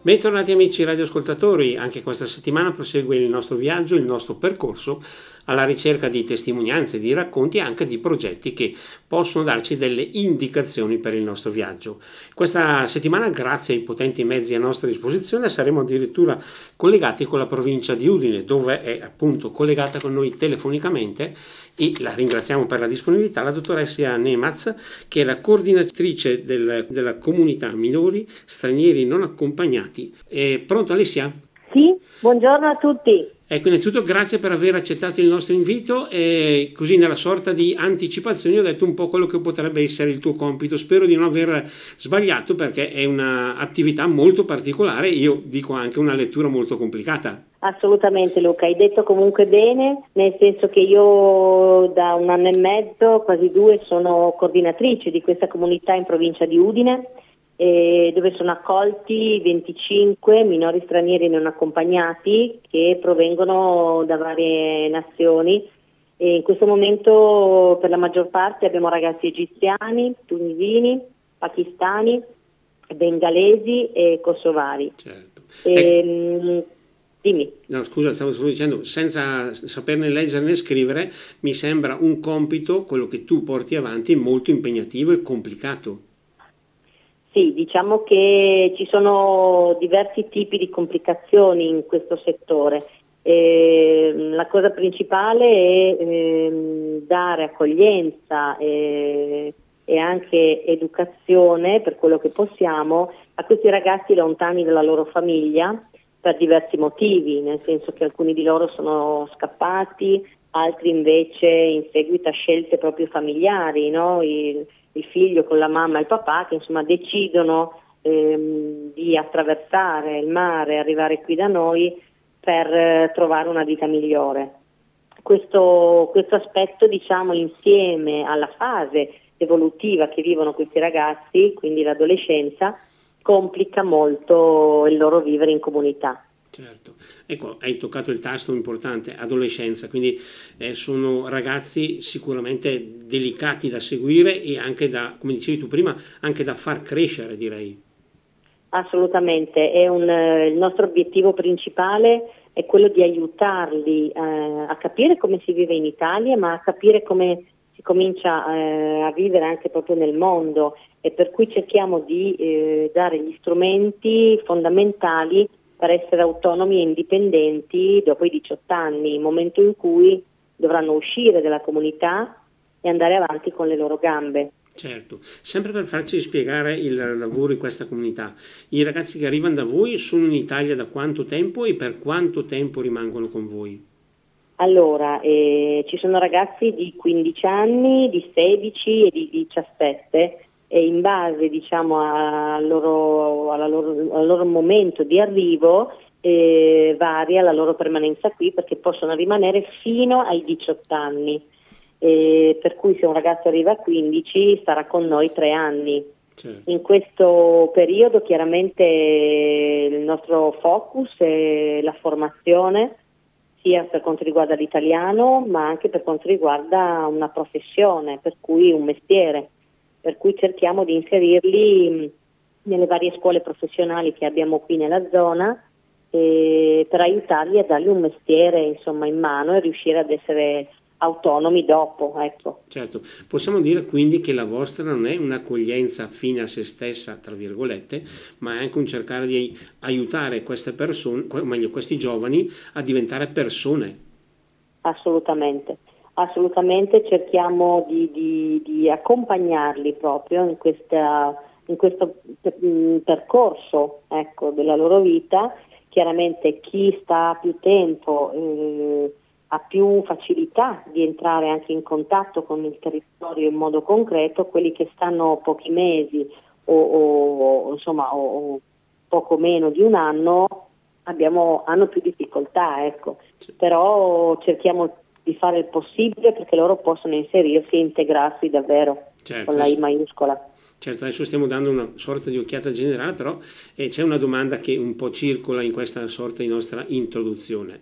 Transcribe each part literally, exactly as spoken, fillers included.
Bentornati amici radioascoltatori, anche questa settimana prosegue il nostro viaggio, il nostro percorso alla ricerca di testimonianze, di racconti e anche di progetti che possono darci delle indicazioni per il nostro viaggio. Questa settimana, grazie ai potenti mezzi a nostra disposizione, saremo addirittura collegati con la provincia di Udine, dove è appunto collegata con noi telefonicamente, e la ringraziamo per la disponibilità, la dottoressa Nemaz, che è la coordinatrice del, della comunità minori stranieri non accompagnati. È pronto, Alessia? Sì, buongiorno a tutti. Ecco, innanzitutto grazie per aver accettato il nostro invito e così nella sorta di anticipazione ho detto un po' quello che potrebbe essere il tuo compito. Spero di non aver sbagliato perché è un'attività molto particolare, io dico anche una lettura molto complicata. Assolutamente Luca, hai detto comunque bene, nel senso che io da un anno e mezzo, quasi due, sono coordinatrice di questa comunità in provincia di Udine, eh, dove sono accolti venticinque minori stranieri non accompagnati che provengono da varie nazioni. E in questo momento per la maggior parte abbiamo ragazzi egiziani, tunisini, pakistani, bengalesi e kosovari. Certo. E, ecco. Dimmi. No, scusa, stavo solo dicendo, senza saperne leggere né scrivere, mi sembra un compito, quello che tu porti avanti, molto impegnativo e complicato. Sì, diciamo che ci sono diversi tipi di complicazioni in questo settore. Eh, la cosa principale è eh, dare accoglienza e, e anche educazione, per quello che possiamo, a questi ragazzi lontani dalla loro famiglia, per diversi motivi, nel senso che alcuni di loro sono scappati, altri invece in seguito a scelte proprio familiari, no? il, il figlio con la mamma e il papà che insomma decidono ehm, di attraversare il mare, arrivare qui da noi per eh, trovare una vita migliore. Questo, questo aspetto, diciamo, insieme alla fase evolutiva che vivono questi ragazzi, quindi l'adolescenza, complica molto il loro vivere in comunità. Certo, ecco, hai toccato il tasto importante, adolescenza, quindi eh, sono ragazzi sicuramente delicati da seguire e anche da, come dicevi tu prima, anche da far crescere, direi. Assolutamente, è un, eh, il nostro obiettivo principale è quello di aiutarli eh, a capire come si vive in Italia, ma a capire come si comincia eh, a vivere anche proprio nel mondo, e per cui cerchiamo di eh, dare gli strumenti fondamentali per essere autonomi e indipendenti dopo i diciotto anni, momento in cui dovranno uscire dalla comunità e andare avanti con le loro gambe. Certo, sempre per farci spiegare il lavoro in questa comunità, i ragazzi che arrivano da voi sono in Italia da quanto tempo e per quanto tempo rimangono con voi? Allora, eh, ci sono ragazzi di quindici anni, di sedici e di diciassette, e in base, diciamo, al loro, alla loro, al loro momento di arrivo eh, varia la loro permanenza qui, perché possono rimanere fino ai diciotto anni, eh, per cui se un ragazzo arriva a quindici starà con noi tre anni. Certo. In questo periodo chiaramente il nostro focus è la formazione, sia per quanto riguarda l'italiano ma anche per quanto riguarda una professione, per cui un mestiere. Per cui cerchiamo di inserirli nelle varie scuole professionali che abbiamo qui nella zona eh, per aiutarli a dargli un mestiere, insomma, in mano e riuscire ad essere autonomi dopo. Ecco. Certo, possiamo dire quindi che la vostra non è un'accoglienza fine a se stessa, tra virgolette, ma è anche un cercare di aiutare queste persone, o meglio questi giovani, a diventare persone. Assolutamente. Assolutamente, cerchiamo di, di, di accompagnarli proprio in, questa, in questo percorso, ecco, della loro vita. Chiaramente chi sta più tempo eh, ha più facilità di entrare anche in contatto con il territorio in modo concreto, quelli che stanno pochi mesi o, o, insomma, o, o poco meno di un anno abbiamo, hanno più difficoltà, ecco. Però cerchiamo di fare il possibile perché loro possano inserirsi e integrarsi davvero, certo, con la I maiuscola. Certo, adesso stiamo dando una sorta di occhiata generale, però eh, c'è una domanda che un po' circola in questa sorta di nostra introduzione.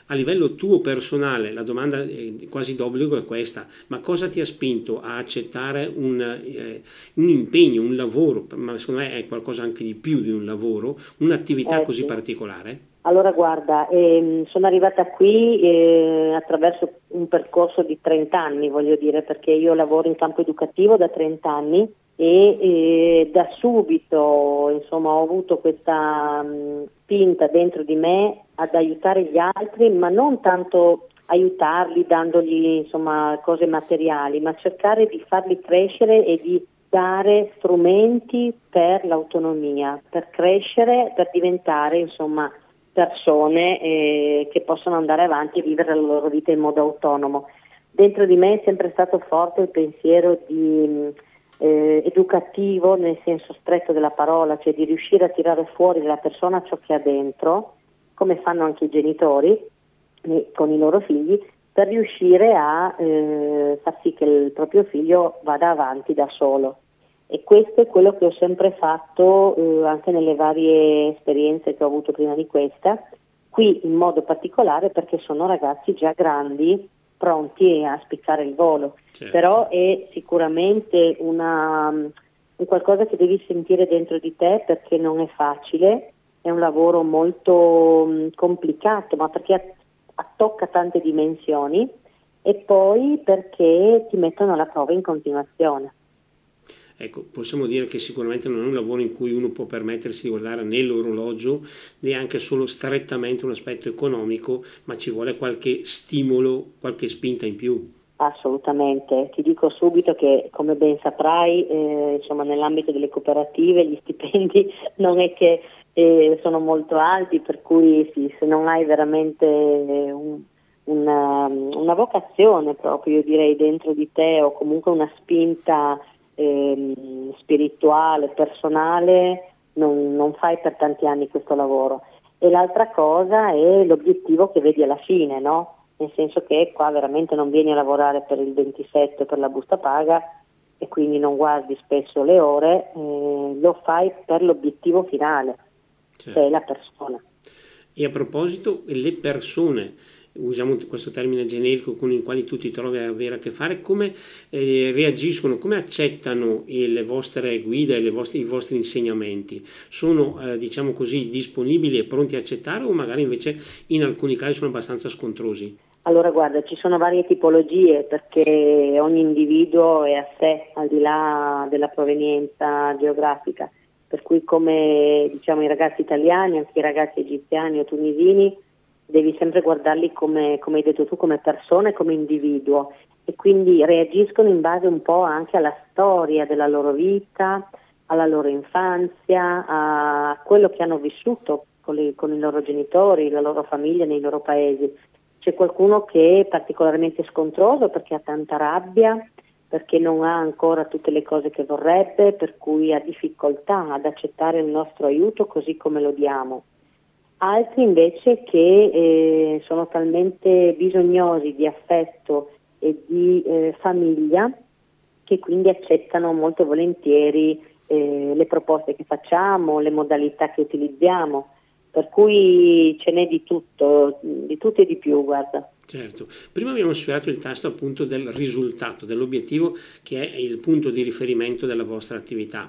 a livello tuo personale, la domanda eh, quasi d'obbligo è questa: ma cosa ti ha spinto a accettare un, eh, un impegno, un lavoro, ma secondo me è qualcosa anche di più di un lavoro, un'attività Eh, così sì. particolare? Allora guarda, ehm, sono arrivata qui eh, attraverso un percorso di trenta anni, voglio dire, perché io lavoro in campo educativo da trenta anni e eh, da subito insomma, ho avuto questa mh, spinta dentro di me ad aiutare gli altri, ma non tanto aiutarli dandogli insomma, cose materiali, ma cercare di farli crescere e di dare strumenti per l'autonomia, per crescere, per diventare insomma persone eh, che possono andare avanti e vivere la loro vita in modo autonomo. Dentro di me è sempre stato forte il pensiero di, eh, educativo nel senso stretto della parola, cioè di riuscire a tirare fuori dalla persona ciò che ha dentro, come fanno anche i genitori eh, con i loro figli, per riuscire a eh, far sì che il proprio figlio vada avanti da solo. E questo è quello che ho sempre fatto eh, anche nelle varie esperienze che ho avuto prima di questa, qui in modo particolare perché sono ragazzi già grandi, pronti a spiccare il volo, Certo. Però è sicuramente una, un qualcosa che devi sentire dentro di te perché non è facile, è un lavoro molto mh, complicato, ma perché attocca tante dimensioni e poi perché ti mettono alla prova in continuazione. Ecco, possiamo dire che sicuramente non è un lavoro in cui uno può permettersi di guardare né l'orologio, neanche solo strettamente un aspetto economico, ma ci vuole qualche stimolo, qualche spinta in più. Assolutamente, ti dico subito che come ben saprai, eh, insomma, nell'ambito delle cooperative gli stipendi non è che eh, sono molto alti, per cui sì, se non hai veramente un, una, una vocazione proprio, io direi, dentro di te o comunque una spinta ehm, spirituale, personale, non, non fai per tanti anni questo lavoro. E l'altra cosa è l'obiettivo che vedi alla fine, no? Nel senso che qua veramente non vieni a lavorare per il ventisette per la busta paga e quindi non guardi spesso le ore, eh, lo fai per l'obiettivo finale, Certo. che è la persona. E a proposito, le persone, usiamo questo termine generico con i quali tu ti trovi a avere a che fare, come eh, reagiscono, come accettano eh, le vostre guide, le vostre, i vostri insegnamenti? Sono, eh, diciamo così, disponibili e pronti a accettare o magari invece in alcuni casi sono abbastanza scontrosi? Allora guarda, ci sono varie tipologie perché ogni individuo è a sé, al di là della provenienza geografica, per cui come diciamo i ragazzi italiani, anche i ragazzi egiziani o tunisini, devi sempre guardarli come, come hai detto tu, come persone, come individuo e quindi reagiscono in base un po' anche alla storia della loro vita, alla loro infanzia, a quello che hanno vissuto con, le, con i loro genitori, la loro famiglia nei loro paesi. C'è qualcuno che è particolarmente scontroso perché ha tanta rabbia, perché non ha ancora tutte le cose che vorrebbe, per cui ha difficoltà ad accettare il nostro aiuto così come lo diamo. Altri invece che eh, sono talmente bisognosi di affetto e di eh, famiglia che quindi accettano molto volentieri eh, le proposte che facciamo, le modalità che utilizziamo. Per cui ce n'è di tutto, di tutto e di più, guarda. Certo, prima abbiamo sfiorato il tasto appunto del risultato, dell'obiettivo che è il punto di riferimento della vostra attività.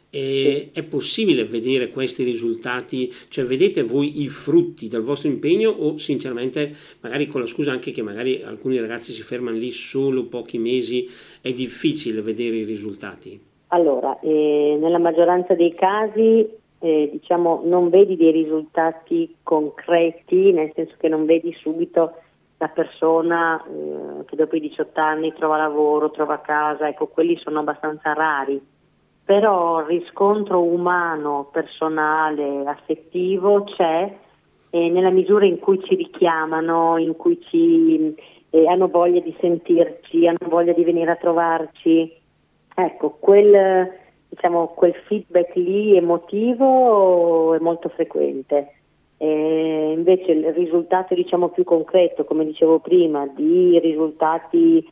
E Sì. è possibile vedere questi risultati, cioè vedete voi i frutti del vostro impegno o sinceramente, magari con la scusa anche che magari alcuni ragazzi si fermano lì solo pochi mesi, è difficile vedere i risultati? Allora, eh, nella maggioranza dei casi eh, diciamo non vedi dei risultati concreti, nel senso che non vedi subito la persona eh, che dopo i diciotto anni trova lavoro, trova casa, ecco, quelli sono abbastanza rari. Però il riscontro umano, personale, affettivo c'è eh, nella misura in cui ci richiamano, in cui ci, eh, hanno voglia di sentirci, hanno voglia di venire a trovarci. Ecco, quel, diciamo, quel feedback lì emotivo è molto frequente. Eh, invece il risultato diciamo più concreto, come dicevo prima, di risultati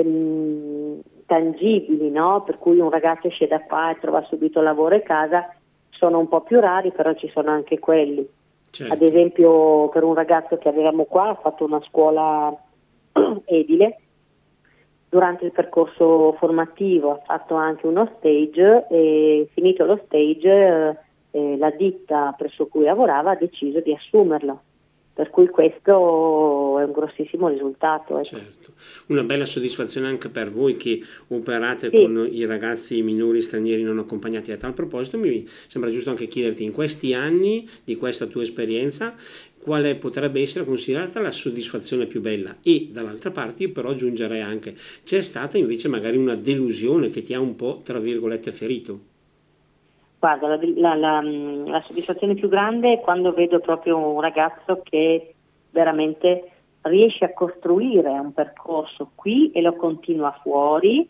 ehm, tangibili, no? Per cui un ragazzo esce da qua e trova subito lavoro e casa, sono un po' più rari, però ci sono anche quelli. Certo. Ad esempio per un ragazzo che avevamo qua, ha fatto una scuola edile, durante il percorso formativo ha fatto anche uno stage e finito lo stage eh, la ditta presso cui lavorava ha deciso di assumerlo, per cui questo è un grossissimo risultato. Ecco. Certo, una bella soddisfazione anche per voi che operate Sì. con i ragazzi minori stranieri non accompagnati. A tal proposito mi sembra giusto anche chiederti, in questi anni di questa tua esperienza, quale potrebbe essere considerata la soddisfazione più bella? E dall'altra parte io però aggiungerei anche, c'è stata invece magari una delusione che ti ha un po' tra virgolette ferito? Guarda, la, la, la, la soddisfazione più grande è quando vedo proprio un ragazzo che veramente riesce a costruire un percorso qui e lo continua fuori,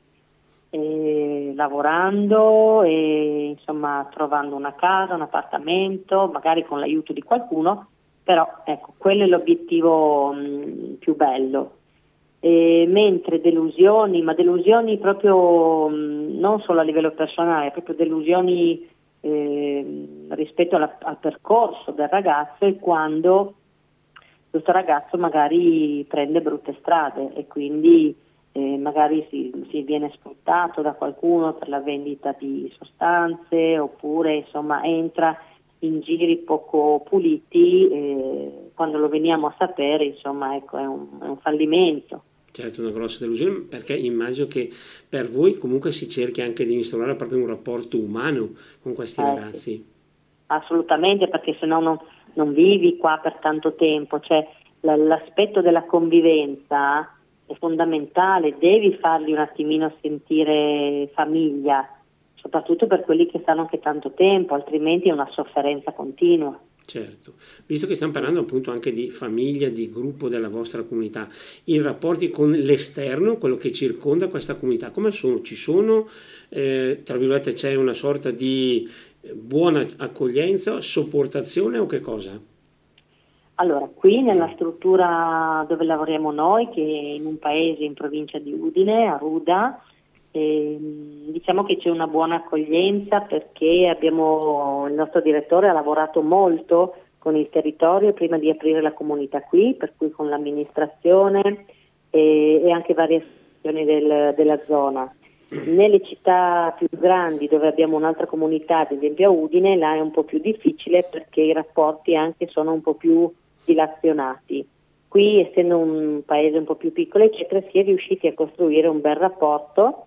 eh, lavorando e insomma trovando una casa, un appartamento, magari con l'aiuto di qualcuno, però ecco, quello è l'obiettivo mh, più bello. E mentre delusioni, ma delusioni proprio mh, non solo a livello personale, proprio delusioni eh, rispetto alla, al percorso del ragazzo, è quando questo ragazzo magari prende brutte strade e quindi eh, magari si, si viene sfruttato da qualcuno per la vendita di sostanze, oppure insomma entra in giri poco puliti, eh, quando lo veniamo a sapere insomma ecco è un, è un fallimento. Certo, una grossa delusione, perché immagino che per voi comunque si cerchi anche di instaurare proprio un rapporto umano con questi Eh, ragazzi. sì. Assolutamente, perché se no non, non vivi qua per tanto tempo, cioè l- l'aspetto della convivenza è fondamentale, devi farli un attimino sentire famiglia, soprattutto per quelli che stanno anche tanto tempo, altrimenti è una sofferenza continua. Certo, visto che stiamo parlando appunto anche di famiglia, di gruppo della vostra comunità, i rapporti con l'esterno, quello che circonda questa comunità, come sono? Ci sono, eh, tra virgolette, c'è una sorta di buona accoglienza, sopportazione o che cosa? Allora, qui nella struttura dove lavoriamo noi, che è in un paese in provincia di Udine, a Ruda, ehm, diciamo che c'è una buona accoglienza perché abbiamo, il nostro direttore ha lavorato molto con il territorio prima di aprire la comunità qui, per cui con l'amministrazione e, e anche varie associazioni del, della zona. Nelle città più grandi dove abbiamo un'altra comunità, ad esempio a Udine, là è un po' più difficile perché i rapporti anche sono un po' più dilazionati. Qui, essendo un paese un po' più piccolo, eccetera, si è riusciti a costruire un bel rapporto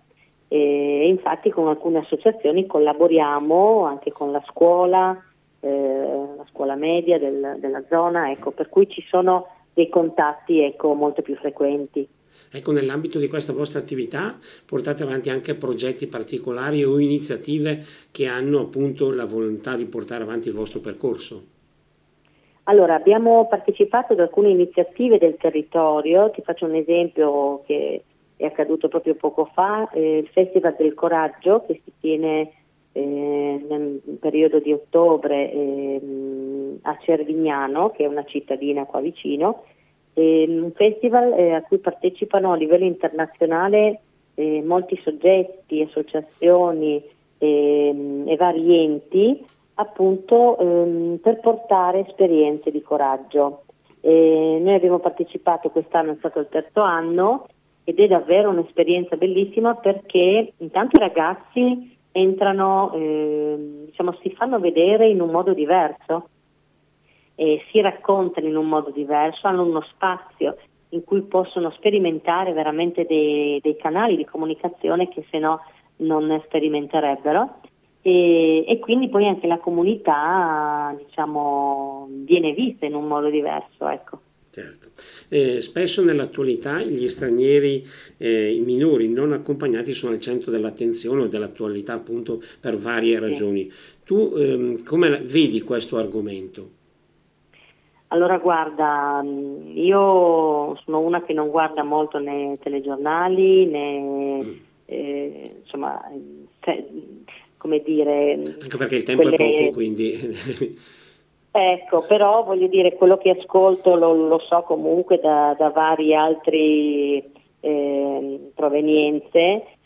e infatti con alcune associazioni collaboriamo anche con la scuola, eh, la scuola media del, della zona, ecco, per cui ci sono dei contatti ecco, molto più frequenti. Ecco, nell'ambito di questa vostra attività portate avanti anche progetti particolari o iniziative che hanno appunto la volontà di portare avanti il vostro percorso? Allora, abbiamo partecipato ad alcune iniziative del territorio, ti faccio un esempio che è accaduto proprio poco fa, eh, il Festival del Coraggio che si tiene eh, nel periodo di ottobre eh, a Cervignano, che è una cittadina qua vicino, eh, un festival eh, a cui partecipano a livello internazionale eh, molti soggetti, associazioni eh, e vari enti, appunto ehm, per portare esperienze di coraggio. E noi abbiamo partecipato, quest'anno è stato il terzo anno ed è davvero un'esperienza bellissima perché intanto i ragazzi entrano, eh, diciamo, si fanno vedere in un modo diverso, e si raccontano in un modo diverso, hanno uno spazio in cui possono sperimentare veramente dei, dei canali di comunicazione che se no non sperimenterebbero. E, e quindi poi anche la comunità diciamo viene vista in un modo diverso, ecco. Certo. Eh, spesso nell'attualità gli stranieri eh, i minori non accompagnati sono al centro dell'attenzione o dell'attualità appunto per varie ragioni. Sì. Tu ehm, come la, vedi questo argomento? Allora guarda, io sono una che non guarda molto né telegiornali né mm. eh, insomma se, come dire, anche perché il tempo quelle... è poco, quindi ecco, però voglio dire, quello che ascolto lo, lo so comunque da, da vari altri eh, provenienze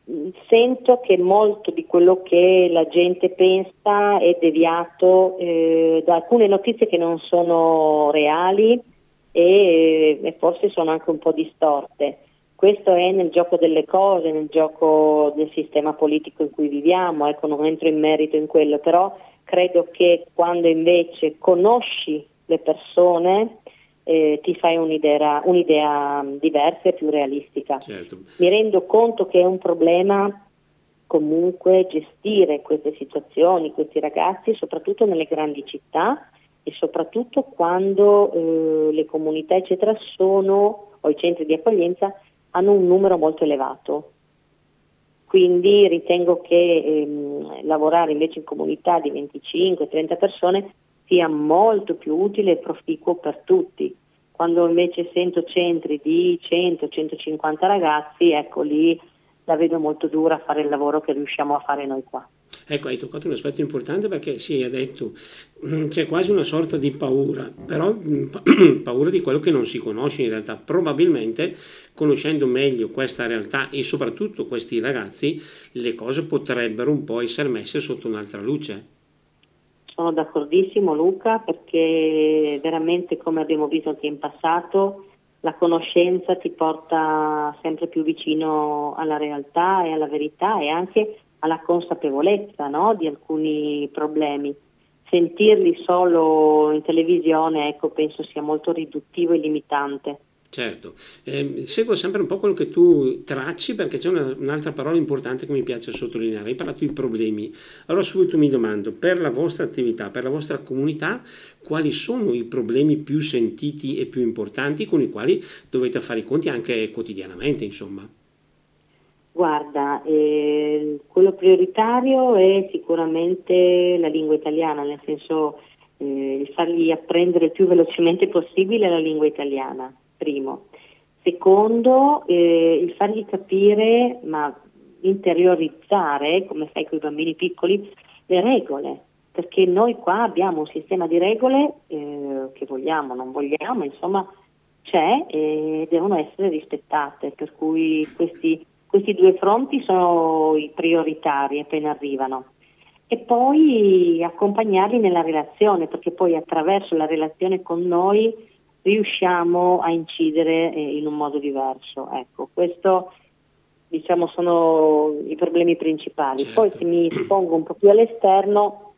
sento che molto di quello che la gente pensa è deviato eh, da alcune notizie che non sono reali e, e forse sono anche un po' distorte. Questo è nel gioco delle cose, nel gioco del sistema politico in cui viviamo, ecco, non entro in merito in quello, però credo che quando invece conosci le persone eh, ti fai un'idea, un'idea diversa e più realistica. Certo. Mi rendo conto che è un problema comunque gestire queste situazioni, questi ragazzi, soprattutto nelle grandi città e soprattutto quando eh, le comunità eccetera sono, o i centri di accoglienza, hanno un numero molto elevato. Quindi ritengo che ehm, lavorare invece in comunità di venticinque trenta persone sia molto più utile e proficuo per tutti. Quando invece sento centri di cento centocinquanta ragazzi, ecco lì la vedo molto dura a fare il lavoro che riusciamo a fare noi qua. Ecco, hai toccato un aspetto importante perché sì, hai detto, c'è quasi una sorta di paura, però paura di quello che non si conosce in realtà. Probabilmente, conoscendo meglio questa realtà e soprattutto questi ragazzi, le cose potrebbero un po' essere messe sotto un'altra luce. Sono d'accordissimo Luca, perché veramente, come abbiamo visto anche in passato, la conoscenza ti porta sempre più vicino alla realtà e alla verità e anche alla consapevolezza, no, di alcuni problemi. Sentirli solo in televisione, ecco, penso sia molto riduttivo e limitante. Certo, eh, seguo sempre un po' quello che tu tracci perché c'è una, un'altra parola importante che mi piace sottolineare. Hai parlato di problemi. Allora subito mi domando, per la vostra attività, per la vostra comunità, quali sono i problemi più sentiti e più importanti con i quali dovete fare i conti anche quotidianamente, insomma? Guarda, eh, quello prioritario è sicuramente la lingua italiana, nel senso eh, fargli apprendere il più velocemente possibile la lingua italiana, primo. Secondo, eh, il fargli capire, ma interiorizzare, come fai con i bambini piccoli, le regole, perché noi qua abbiamo un sistema di regole eh, che vogliamo, non vogliamo, insomma c'è e devono essere rispettate, per cui questi Questi due fronti sono i prioritari appena arrivano e poi accompagnarli nella relazione, perché poi attraverso la relazione con noi riusciamo a incidere eh, in un modo diverso. Ecco, questo diciamo sono i problemi principali. Certo. Poi se mi pongo un po' più all'esterno,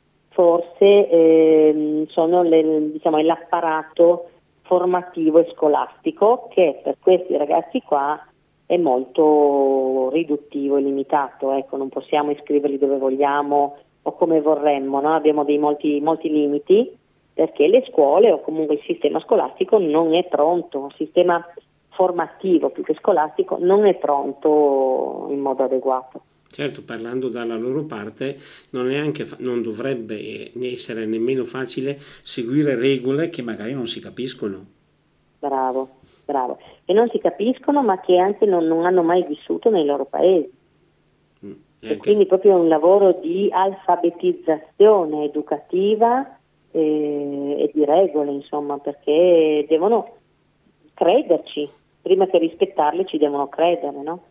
forse ehm, sono le, diciamo, è l'apparato formativo e scolastico che per questi ragazzi qua è molto riduttivo e limitato, ecco, non possiamo iscriverli dove vogliamo o come vorremmo, no? Abbiamo dei molti, molti limiti perché le scuole o comunque il sistema scolastico non è pronto, il sistema formativo più che scolastico non è pronto in modo adeguato. Certo, parlando dalla loro parte, non è anche, non dovrebbe essere nemmeno facile seguire regole che magari non si capiscono. Bravo, bravo. E non si capiscono, ma che anche non, non hanno mai vissuto nei loro paesi. Mm, e quindi proprio un lavoro di alfabetizzazione educativa eh, e di regole, insomma, perché devono crederci. Prima che rispettarle ci devono credere, no?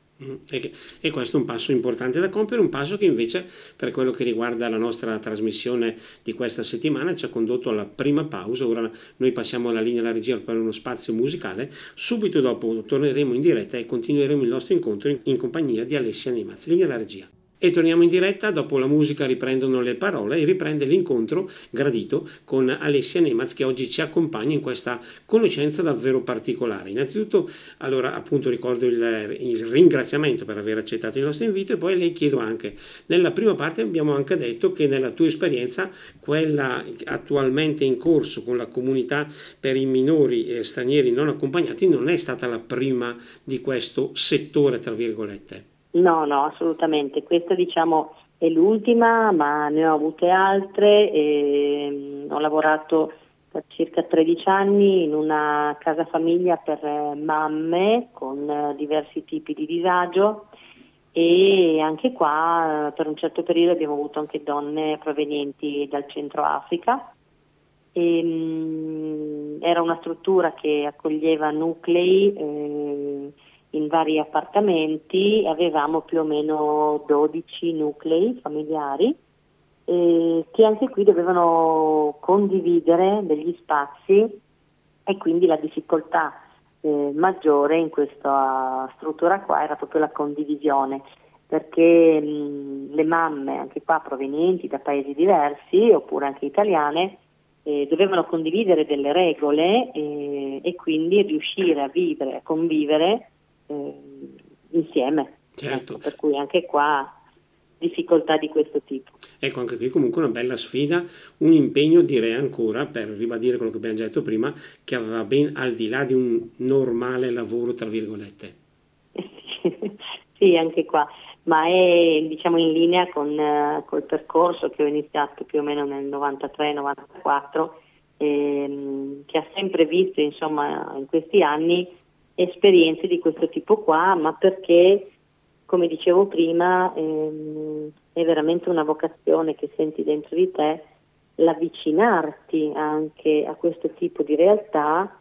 E questo è un passo importante da compiere, un passo che invece per quello che riguarda la nostra trasmissione di questa settimana ci ha condotto alla prima pausa. Ora noi passiamo la linea alla regia per uno spazio musicale, subito dopo torneremo in diretta e continueremo il nostro incontro in, in compagnia di Alessia Nemaz. Linea alla regia. E torniamo in diretta, dopo la musica riprendono le parole e riprende l'incontro gradito con Alessia Nemaz che oggi ci accompagna in questa conoscenza davvero particolare. Innanzitutto, allora appunto ricordo il, il ringraziamento per aver accettato il nostro invito e poi le chiedo anche, nella prima parte abbiamo anche detto che nella tua esperienza, quella attualmente in corso con la comunità per i minori eh, stranieri non accompagnati, non è stata la prima di questo settore, tra virgolette. No, no, assolutamente. Questa diciamo è l'ultima, ma ne ho avute altre. E, ho lavorato per circa tredici anni in una casa famiglia per mamme con diversi tipi di disagio e anche qua per un certo periodo abbiamo avuto anche donne provenienti dal Centro Africa. E, mh, era una struttura che accoglieva nuclei eh, in vari appartamenti, avevamo più o meno dodici nuclei familiari eh, che anche qui dovevano condividere degli spazi, e quindi la difficoltà eh, maggiore in questa struttura qua era proprio la condivisione, perché mh, le mamme anche qua provenienti da paesi diversi oppure anche italiane eh, dovevano condividere delle regole eh, e quindi riuscire a vivere, a convivere eh, insieme. Certo. Ecco, per cui anche qua difficoltà di questo tipo. Ecco, anche qui comunque una bella sfida, un impegno, direi ancora, per ribadire quello che abbiamo già detto prima, che va ben al di là di un normale lavoro, tra virgolette. Sì, anche qua, ma è diciamo in linea con eh, col percorso che ho iniziato più o meno nel novantatré novantaquattro, ehm, che ha sempre visto insomma in questi anni esperienze di questo tipo qua, ma perché, come dicevo prima, ehm, è veramente una vocazione che senti dentro di te, l'avvicinarti anche a questo tipo di realtà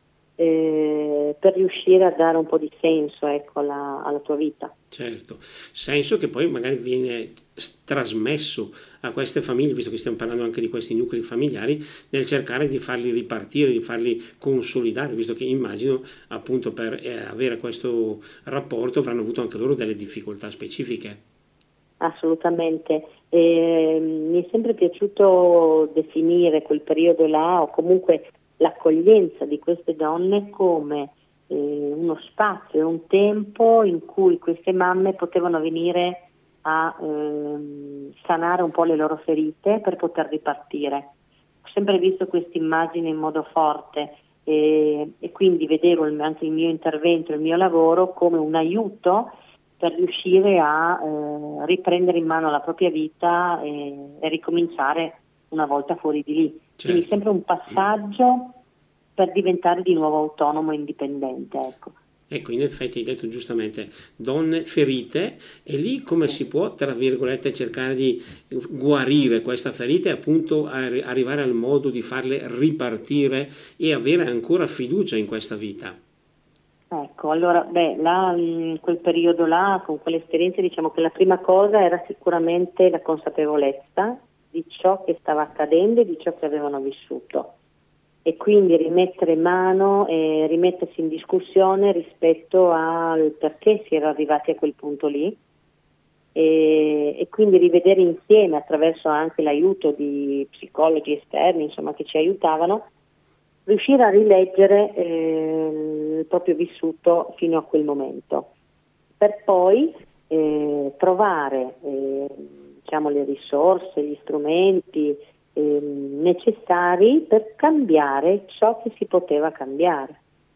eh, per riuscire a dare un po' di senso, ecco, alla, alla tua vita. Certo, senso che poi magari viene trasmesso a queste famiglie, visto che stiamo parlando anche di questi nuclei familiari, nel cercare di farli ripartire, di farli consolidare, visto che immagino appunto per eh, avere questo rapporto avranno avuto anche loro delle difficoltà specifiche. Assolutamente, eh, mi è sempre piaciuto definire quel periodo là, o comunque l'accoglienza di queste donne, come eh, uno spazio, un tempo in cui queste mamme potevano venire a eh, sanare un po' le loro ferite per poter ripartire. Ho sempre visto questa immagine in modo forte eh, e quindi vedevo il, anche il mio intervento, il mio lavoro come un aiuto per riuscire a eh, riprendere in mano la propria vita e, e ricominciare una volta fuori di lì. Certo. Quindi sempre un passaggio per diventare di nuovo autonomo e indipendente. Ecco. Ecco, in effetti hai detto giustamente, donne ferite, e lì come si può, tra virgolette, cercare di guarire questa ferita e appunto arri- arrivare al modo di farle ripartire e avere ancora fiducia in questa vita? Ecco, allora, beh, là, in quel periodo là, con quelle esperienze, diciamo che la prima cosa era sicuramente la consapevolezza di ciò che stava accadendo e di ciò che avevano vissuto. E quindi rimettere mano e rimettersi in discussione rispetto al perché si era arrivati a quel punto lì e, e quindi rivedere insieme, attraverso anche l'aiuto di psicologi esterni, insomma, che ci aiutavano, riuscire a rileggere eh, il proprio vissuto fino a quel momento, per poi eh, trovare eh, diciamo, le risorse, gli strumenti eh, necessari per cambiare ciò che si poteva cambiare.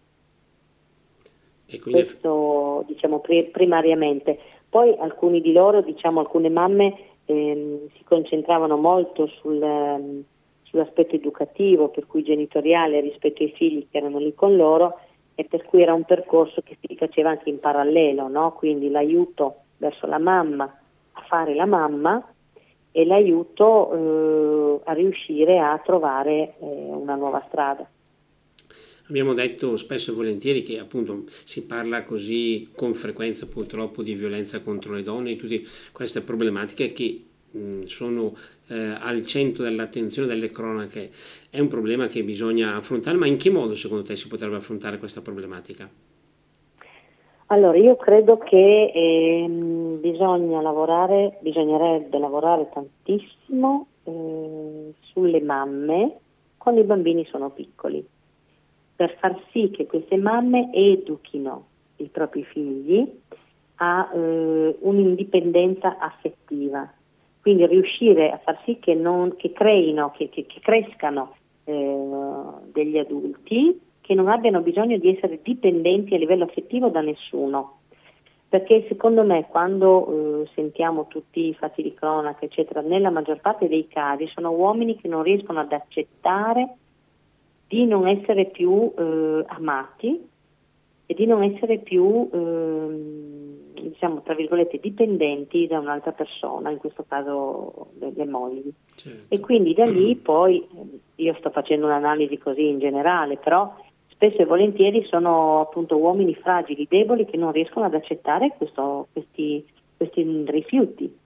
E quindi... Questo diciamo pri- primariamente. Poi alcuni di loro, diciamo alcune mamme, eh, si concentravano molto sul... Um, sull'aspetto educativo, per cui genitoriale rispetto ai figli che erano lì con loro, e per cui era un percorso che si faceva anche in parallelo, no? Quindi l'aiuto verso la mamma a fare la mamma e l'aiuto eh, a riuscire a trovare eh, una nuova strada. Abbiamo detto spesso e volentieri che appunto si parla così con frequenza purtroppo di violenza contro le donne e tutte queste problematiche che sono eh, al centro dell'attenzione delle cronache. È un problema che bisogna affrontare, ma in che modo secondo te si potrebbe affrontare questa problematica? Allora, io credo che eh, bisogna lavorare, bisognerebbe lavorare tantissimo eh, sulle mamme quando i bambini sono piccoli, per far sì che queste mamme educhino i propri figli a eh, un'indipendenza affettiva. Quindi riuscire a far sì che, non, che creino, che, che, che crescano eh, degli adulti che non abbiano bisogno di essere dipendenti a livello affettivo da nessuno. Perché secondo me quando eh, sentiamo tutti i fatti di cronaca, eccetera, nella maggior parte dei casi sono uomini che non riescono ad accettare di non essere più eh, amati e di non essere più... Eh, diciamo tra virgolette dipendenti da un'altra persona, in questo caso delle mogli. Certo. E quindi da lì poi, io sto facendo un'analisi così in generale, però spesso e volentieri sono appunto uomini fragili, deboli, che non riescono ad accettare questo, questi, questi rifiuti.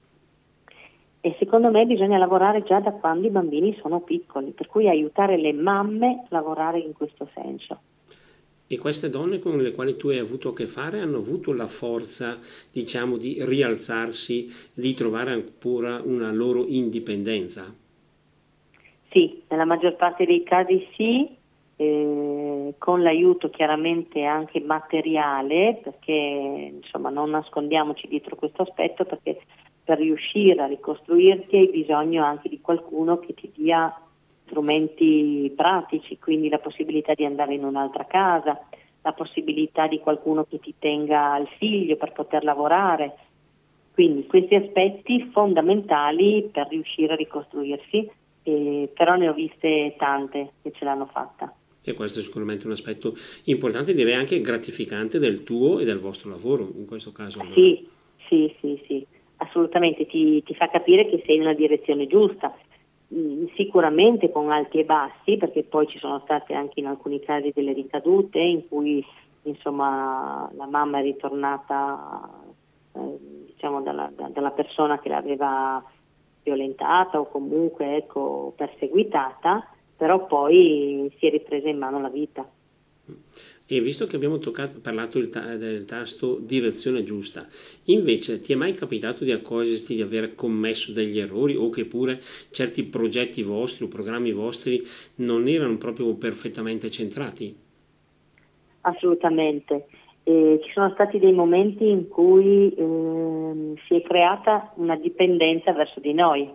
E secondo me bisogna lavorare già da quando i bambini sono piccoli, per cui aiutare le mamme a lavorare in questo senso. E queste donne con le quali tu hai avuto a che fare hanno avuto la forza, diciamo, di rialzarsi, di trovare ancora una loro indipendenza? Sì, nella maggior parte dei casi sì, eh, con l'aiuto chiaramente anche materiale, perché insomma non nascondiamoci dietro questo aspetto, perché per riuscire a ricostruirti hai bisogno anche di qualcuno che ti dia strumenti pratici, quindi la possibilità di andare in un'altra casa, la possibilità di qualcuno che ti tenga il figlio per poter lavorare. Quindi questi aspetti fondamentali per riuscire a ricostruirsi, eh, però ne ho viste tante che ce l'hanno fatta. E questo è sicuramente un aspetto importante, direi anche gratificante del tuo e del vostro lavoro, in questo caso. Allora. Sì, sì, sì, sì, assolutamente, ti, ti fa capire che sei nella direzione giusta. Sicuramente con alti e bassi, perché poi ci sono state anche in alcuni casi delle ricadute in cui insomma la mamma è ritornata eh, diciamo dalla, da, dalla persona che l'aveva violentata o comunque ecco, perseguitata, però poi si è ripresa in mano la vita. E visto che abbiamo toccato, parlato il ta- del tasto direzione giusta, invece ti è mai capitato di accorgerti di aver commesso degli errori o che pure certi progetti vostri o programmi vostri non erano proprio perfettamente centrati? Assolutamente. Eh, ci sono stati dei momenti in cui eh, si è creata una dipendenza verso di noi.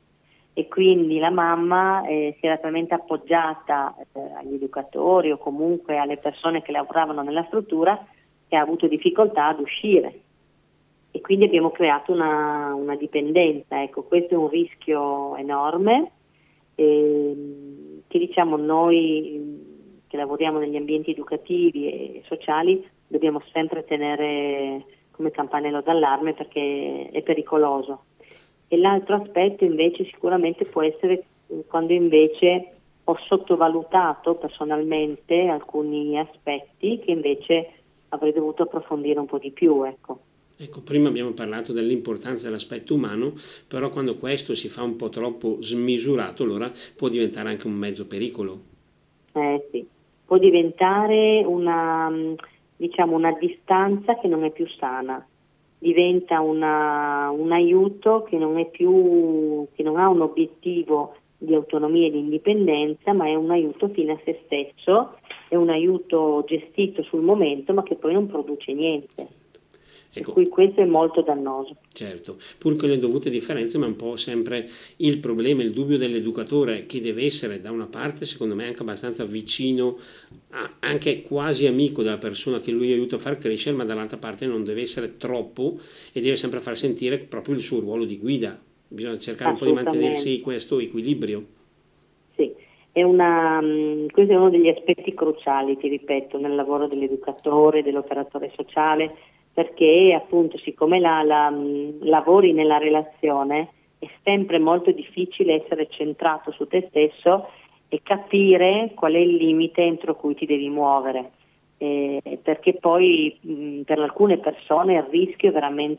E quindi la mamma eh, si era talmente appoggiata eh, agli educatori o comunque alle persone che lavoravano nella struttura che ha avuto difficoltà ad uscire e quindi abbiamo creato una, una dipendenza. Ecco, questo è un rischio enorme eh, che diciamo noi che lavoriamo negli ambienti educativi e sociali dobbiamo sempre tenere come campanello d'allarme perché è pericoloso. E l'altro aspetto invece sicuramente può essere quando invece ho sottovalutato personalmente alcuni aspetti che invece avrei dovuto approfondire un po' di più. Ecco. Ecco, prima abbiamo parlato dell'importanza dell'aspetto umano, però quando questo si fa un po' troppo smisurato, allora può diventare anche un mezzo pericolo. Eh sì, può diventare una, diciamo, una distanza che non è più sana. Diventa una, un aiuto che non è più, che non ha un obiettivo di autonomia e di indipendenza, ma è un aiuto fine a se stesso, è un aiuto gestito sul momento, ma che poi non produce niente. Ecco, per cui questo è molto dannoso. Certo, pur con le dovute differenze, ma un po' sempre il problema, il dubbio dell'educatore che deve essere da una parte, secondo me, anche abbastanza vicino, a, anche quasi amico della persona che lui aiuta a far crescere, ma dall'altra parte non deve essere troppo e deve sempre far sentire proprio il suo ruolo di guida. Bisogna cercare un po' di mantenersi questo equilibrio. Sì, è una, questo è uno degli aspetti cruciali, ti ripeto, nel lavoro dell'educatore, dell'operatore sociale, perché appunto siccome la, la, lavori nella relazione è sempre molto difficile essere centrato su te stesso e capire qual è il limite entro cui ti devi muovere, eh, perché poi mh, per alcune persone il rischio è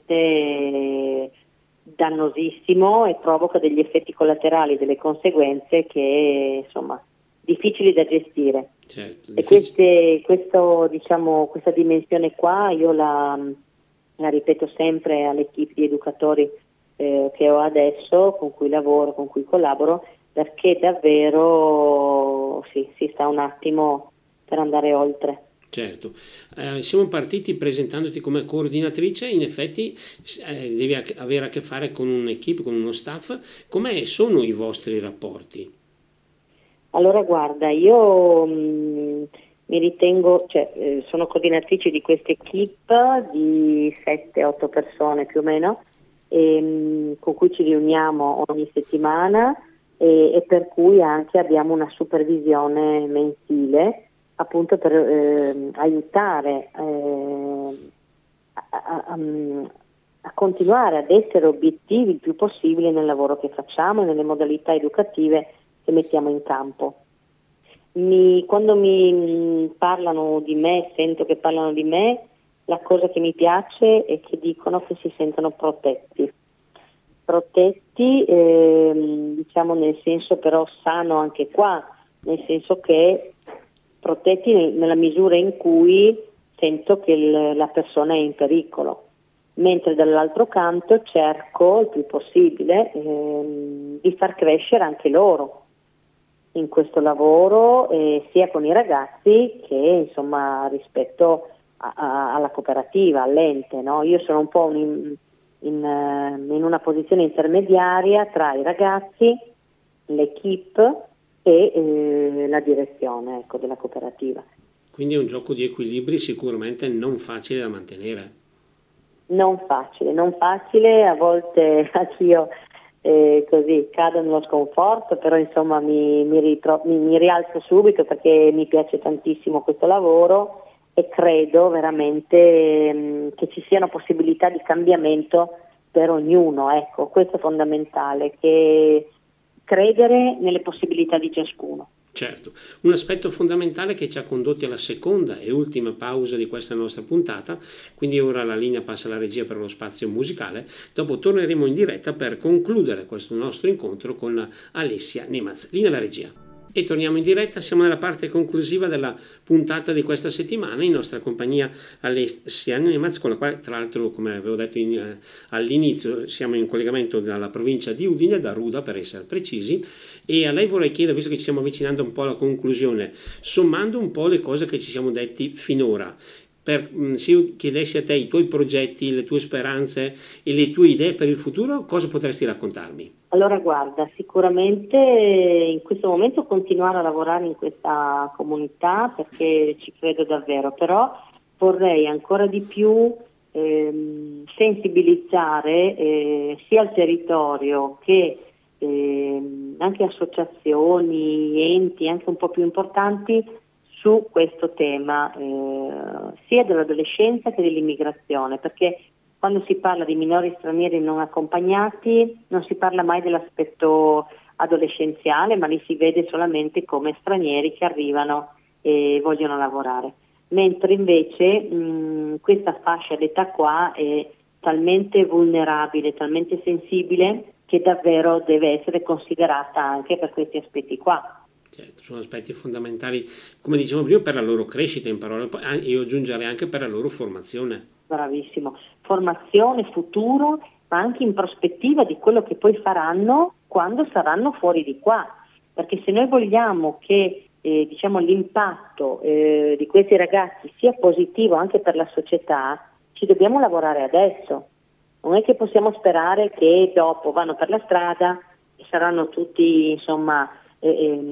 veramente dannosissimo e provoca degli effetti collaterali, delle conseguenze che insomma difficili da gestire. Certo, e queste, questo, diciamo, questa dimensione qua io la, la ripeto sempre all'equipe di educatori eh, che ho adesso, con cui lavoro, con cui collaboro, perché davvero sì, si sta un attimo per andare oltre. Certo, eh, siamo partiti presentandoti come coordinatrice, in effetti eh, devi avere a che fare con un'equipe, con uno staff. Come sono i vostri rapporti? Allora guarda, io mh, mi ritengo, cioè eh, sono coordinatrice di questa equipe di sette otto persone più o meno, e, mh, con cui ci riuniamo ogni settimana e, e per cui anche abbiamo una supervisione mensile appunto per eh, aiutare eh, a, a, a, a continuare ad essere obiettivi il più possibile nel lavoro che facciamo e nelle modalità educative che mettiamo in campo. mi, quando mi mh, parlano di me, sento che parlano di me, la cosa che mi piace è che dicono che si sentono protetti. Protetti, ehm, diciamo nel senso però sano anche qua, nel senso che protetti nella misura in cui sento che il, la persona è in pericolo, mentre dall'altro canto cerco il più possibile ehm, di far crescere anche loro in questo lavoro, eh, sia con i ragazzi che insomma rispetto a, a, alla cooperativa, all'ente, no? Io sono un po' un, in, in, in una posizione intermediaria tra i ragazzi, l'equipe e eh, la direzione, ecco, della cooperativa. Quindi è un gioco di equilibri sicuramente non facile da mantenere. Non facile, non facile, a volte anch'io eh, così cado nello sconforto, però insomma mi, mi, ritro- mi, mi rialzo subito perché mi piace tantissimo questo lavoro e credo veramente mh, che ci siano possibilità di cambiamento per ognuno, ecco, questo è fondamentale, che credere nelle possibilità di ciascuno. Certo, un aspetto fondamentale che ci ha condotti alla seconda e ultima pausa di questa nostra puntata, quindi ora la linea passa alla regia per lo spazio musicale, dopo torneremo in diretta per concludere questo nostro incontro con Alessia Nemaz. Linea alla regia. E torniamo in diretta, siamo nella parte conclusiva della puntata di questa settimana in nostra compagnia Alessia Nemaz, con la quale tra l'altro, come avevo detto in, eh, all'inizio, siamo in collegamento dalla provincia di Udine, da Ruda per essere precisi, e a lei vorrei chiedere, visto che ci stiamo avvicinando un po' alla conclusione, sommando un po' le cose che ci siamo detti finora, per, se io chiedessi a te i tuoi progetti, le tue speranze e le tue idee per il futuro, cosa potresti raccontarmi? Allora guarda, sicuramente in questo momento continuare a lavorare in questa comunità perché ci credo davvero, però vorrei ancora di più ehm, sensibilizzare eh, sia il territorio che ehm, anche associazioni, enti anche un po' più importanti su questo tema eh, sia dell'adolescenza che dell'immigrazione, perché quando si parla di minori stranieri non accompagnati non si parla mai dell'aspetto adolescenziale, ma li si vede solamente come stranieri che arrivano e vogliono lavorare. Mentre invece mh, questa fascia d'età qua è talmente vulnerabile, talmente sensibile, che davvero deve essere considerata anche per questi aspetti qua. Certo, sono aspetti fondamentali, come dicevamo prima, per la loro crescita in parole, e io aggiungerei anche per la loro formazione. Bravissimo, formazione, futuro, ma anche in prospettiva di quello che poi faranno quando saranno fuori di qua, perché se noi vogliamo che eh, diciamo, l'impatto eh, di questi ragazzi sia positivo anche per la società, ci dobbiamo lavorare adesso, non è che possiamo sperare che dopo vanno per la strada e saranno tutti insomma eh,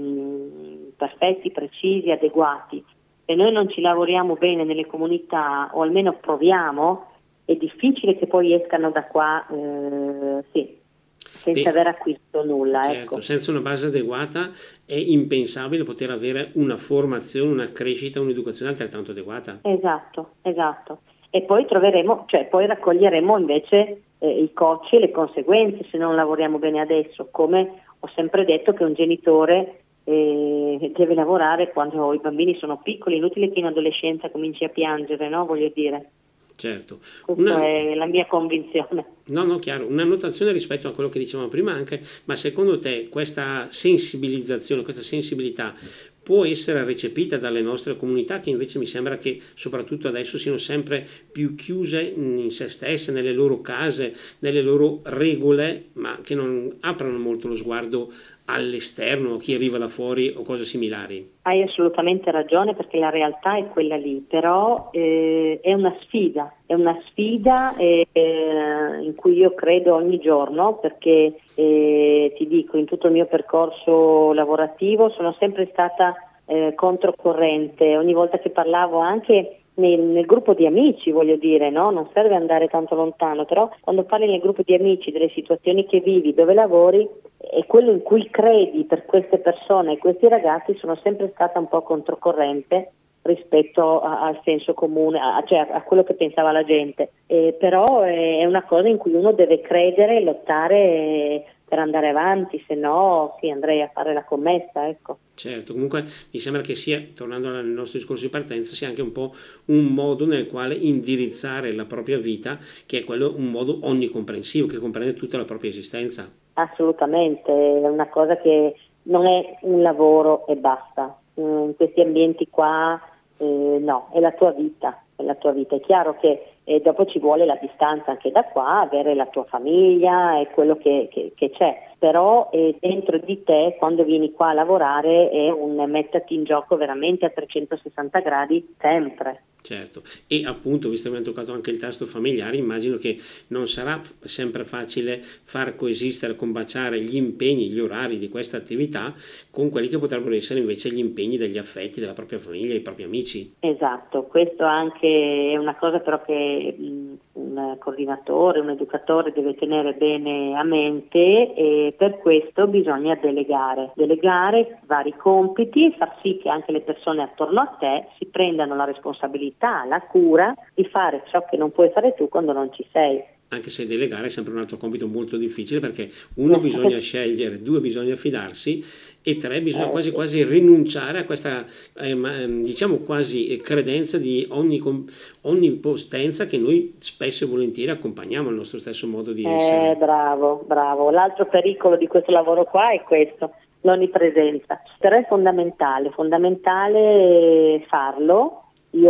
eh, perfetti, precisi, adeguati. Se noi non ci lavoriamo bene nelle comunità, o almeno proviamo, è difficile che poi escano da qua eh, sì, senza Beh, aver acquisito nulla. certo, Ecco. senza una base adeguata è impensabile poter avere una formazione, una crescita, un'educazione altrettanto adeguata. Esatto, esatto. E poi troveremo, cioè poi raccoglieremo invece eh, i costi e le conseguenze se non lavoriamo bene adesso, come ho sempre detto che un genitore eh, deve lavorare quando i bambini sono piccoli, inutile che in adolescenza cominci a piangere, no? Voglio dire. Certo. Questa Una... è la mia convinzione. No, no, chiaro, una notazione rispetto a quello che dicevamo prima anche, ma secondo te questa sensibilizzazione, questa sensibilità può essere recepita dalle nostre comunità, che invece mi sembra che soprattutto adesso siano sempre più chiuse in se stesse, nelle loro case, nelle loro regole, ma che non aprono molto lo sguardo all'esterno, a chi arriva da fuori o cose similari? Hai assolutamente ragione, perché la realtà è quella lì, però eh, è una sfida, è una sfida eh, in cui io credo ogni giorno, perché eh, ti dico, in tutto il mio percorso lavorativo sono sempre stata eh, controcorrente, ogni volta che parlavo anche nel, nel gruppo di amici, voglio dire, no? Non serve andare tanto lontano, però quando parli nel gruppo di amici delle situazioni che vivi, dove lavori, e quello in cui credi per queste persone e questi ragazzi, sono sempre stata un po' controcorrente rispetto a, al senso comune, a, cioè a quello che pensava la gente, eh, però è una cosa in cui uno deve credere, lottare, per andare avanti, se no sì, andrei a fare la commessa, ecco. Certo, comunque mi sembra che sia, tornando al nostro discorso di partenza, sia anche un po' un modo nel quale indirizzare la propria vita, che è quello un modo onnicomprensivo, che comprende tutta la propria esistenza. Assolutamente, è una cosa che non è un lavoro e basta. In questi ambienti qua eh, no, è la tua vita, è la tua vita. È chiaro che eh, dopo ci vuole la distanza anche da qua, avere la tua famiglia e quello che, che, che c'è. Però eh, dentro di te, quando vieni qua a lavorare, è un metterti in gioco veramente a trecentosessanta gradi sempre. Certo, e appunto, visto che abbiamo toccato anche il tasto familiare, immagino che non sarà sempre facile far coesistere, combaciare gli impegni, gli orari di questa attività con quelli che potrebbero essere invece gli impegni degli affetti della propria famiglia, dei propri amici. Esatto, questo anche è una cosa però che mh, un coordinatore, un educatore deve tenere bene a mente, e per questo bisogna delegare, delegare vari compiti, far sì che anche le persone attorno a te si prendano la responsabilità, la cura di fare ciò che non puoi fare tu quando non ci sei. Anche se delegare è sempre un altro compito molto difficile, perché uno bisogna scegliere, due bisogna fidarsi e tre bisogna eh, quasi sì. quasi rinunciare a questa eh, diciamo quasi credenza di ogni, onnipotenza che noi spesso e volentieri accompagniamo al nostro stesso modo di essere. Eh, bravo, bravo. L'altro pericolo di questo lavoro qua è questo, l'onnipresenza. Però è fondamentale, fondamentale farlo.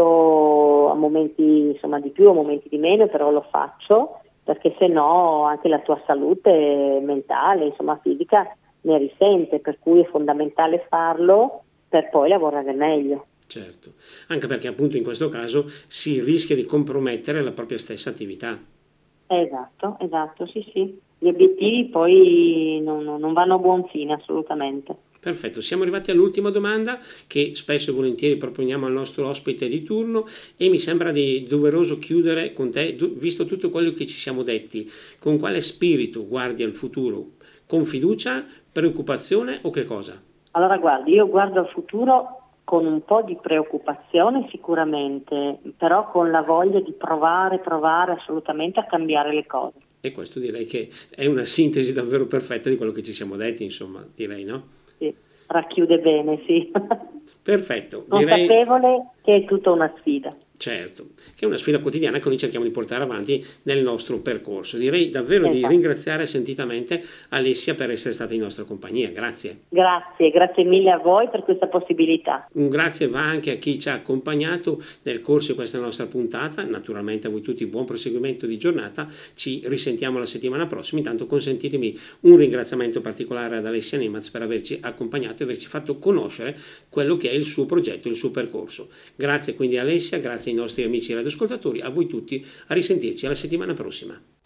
Io a momenti insomma di più, a momenti di meno, però lo faccio, perché se no anche la tua salute mentale, insomma fisica, ne risente, per cui è fondamentale farlo per poi lavorare meglio. Certo, anche perché appunto in questo caso si rischia di compromettere la propria stessa attività. Esatto, esatto, sì sì. Gli obiettivi poi non, non vanno a buon fine assolutamente. Perfetto, siamo arrivati all'ultima domanda che spesso e volentieri proponiamo al nostro ospite di turno, e mi sembra di doveroso chiudere con te, visto tutto quello che ci siamo detti. Con quale spirito guardi al futuro? Con fiducia, preoccupazione o che cosa? Allora guardi, io guardo al futuro con un po' di preoccupazione sicuramente, però con la voglia di provare, provare assolutamente a cambiare le cose. E questo direi che è una sintesi davvero perfetta di quello che ci siamo detti, insomma, direi, no? Sì, racchiude bene, sì. Perfetto. Direi... Consapevole che è tutta una sfida. Certo, che è una sfida quotidiana che noi cerchiamo di portare avanti nel nostro percorso. Direi davvero esatto. di ringraziare sentitamente Alessia per essere stata in nostra compagnia. Grazie. Grazie, grazie mille a voi per questa possibilità. Un grazie va anche a chi ci ha accompagnato nel corso di questa nostra puntata. Naturalmente a voi tutti buon proseguimento di giornata. Ci risentiamo la settimana prossima. Intanto consentitemi un ringraziamento particolare ad Alessia Nemaz per averci accompagnato e averci fatto conoscere quello che è il suo progetto, il suo percorso. Grazie quindi Alessia, grazie ai nostri amici radioascoltatori, a voi tutti, a risentirci alla settimana prossima.